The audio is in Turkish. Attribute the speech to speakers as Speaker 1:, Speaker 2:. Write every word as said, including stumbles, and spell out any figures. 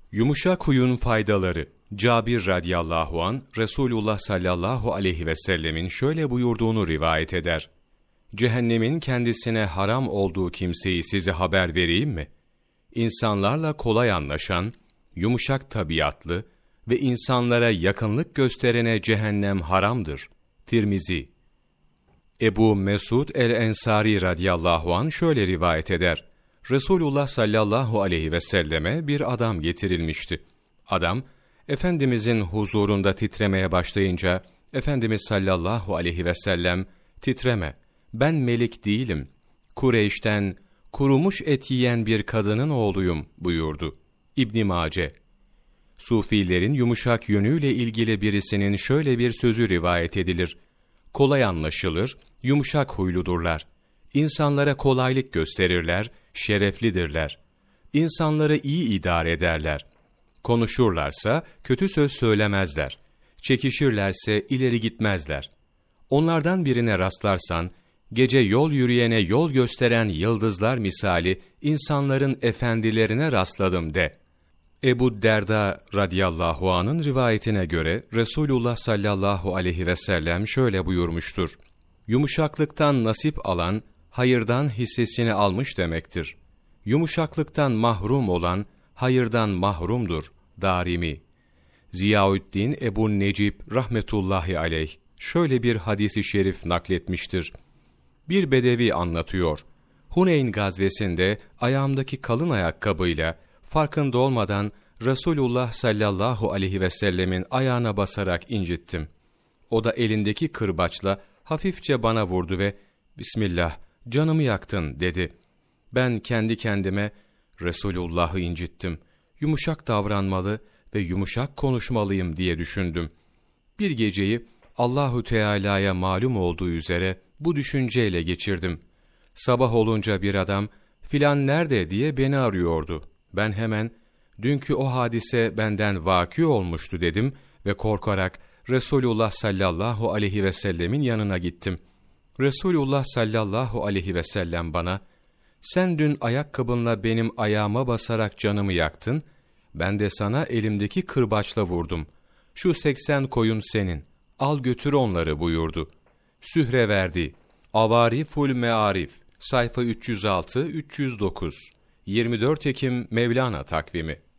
Speaker 1: Yumuşak huyun faydaları. Cabir radıyallahu an Resulullah sallallahu aleyhi ve sellemin şöyle buyurduğunu rivayet eder. Cehennemin kendisine haram olduğu kimseyi size haber vereyim mi? İnsanlarla kolay anlaşan, yumuşak tabiatlı ve insanlara yakınlık gösterene cehennem haramdır. Tirmizi. Ebu Mesud el-Ensari radıyallahu an şöyle rivayet eder. Resulullah sallallahu aleyhi ve selleme bir adam getirilmişti. Adam, Efendimizin huzurunda titremeye başlayınca, Efendimiz sallallahu aleyhi ve sellem, titreme, ben melik değilim, Kureyş'ten kurumuş et yiyen bir kadının oğluyum buyurdu. İbn Mace. Sufilerin yumuşak yönüyle ilgili birisinin şöyle bir sözü rivayet edilir. Kolay anlaşılır, yumuşak huyludurlar. İnsanlara kolaylık gösterirler, şereflidirler. İnsanları iyi idare ederler. Konuşurlarsa kötü söz söylemezler. Çekişirlerse ileri gitmezler. Onlardan birine rastlarsan, gece yol yürüyene yol gösteren yıldızlar misali insanların efendilerine rastladım de. Ebu Derda radıyallahu anh'ın rivayetine göre Resulullah sallallahu aleyhi ve sellem şöyle buyurmuştur. Yumuşaklıktan nasip alan, hayırdan hissesini almış demektir. Yumuşaklıktan mahrum olan, hayırdan mahrumdur. Darimi. Ziyaüddin Ebu Necip rahmetullahi aleyh şöyle bir hadisi şerif nakletmiştir. Bir bedevi anlatıyor. Huneyn gazvesinde ayağımdaki kalın ayakkabıyla farkında olmadan Resulullah sallallahu aleyhi ve sellemin ayağına basarak incittim. O da elindeki kırbaçla hafifçe bana vurdu ve "Bismillah, canımı yaktın" dedi. Ben kendi kendime Resulullah'ı incittim. Yumuşak davranmalı ve yumuşak konuşmalıyım diye düşündüm. Bir geceyi Allahu Teala'ya malum olduğu üzere bu düşünceyle geçirdim. Sabah olunca bir adam "Filan nerede?" diye beni arıyordu. Ben hemen "Dünkü o hadise benden vâkî olmuştu" dedim ve korkarak Resulullah sallallahu aleyhi ve sellemin yanına gittim. Resulullah sallallahu aleyhi ve sellem bana "Sen dün ayakkabınla benim ayağıma basarak canımı yaktın, ben de sana elimdeki kırbaçla vurdum. Şu seksen koyun senin, al götür onları" buyurdu. Sühreverdi. Avariful Mearif, sayfa üç yüz altı üç yüz dokuz, yirmi dört Ekim Mevlana takvimi.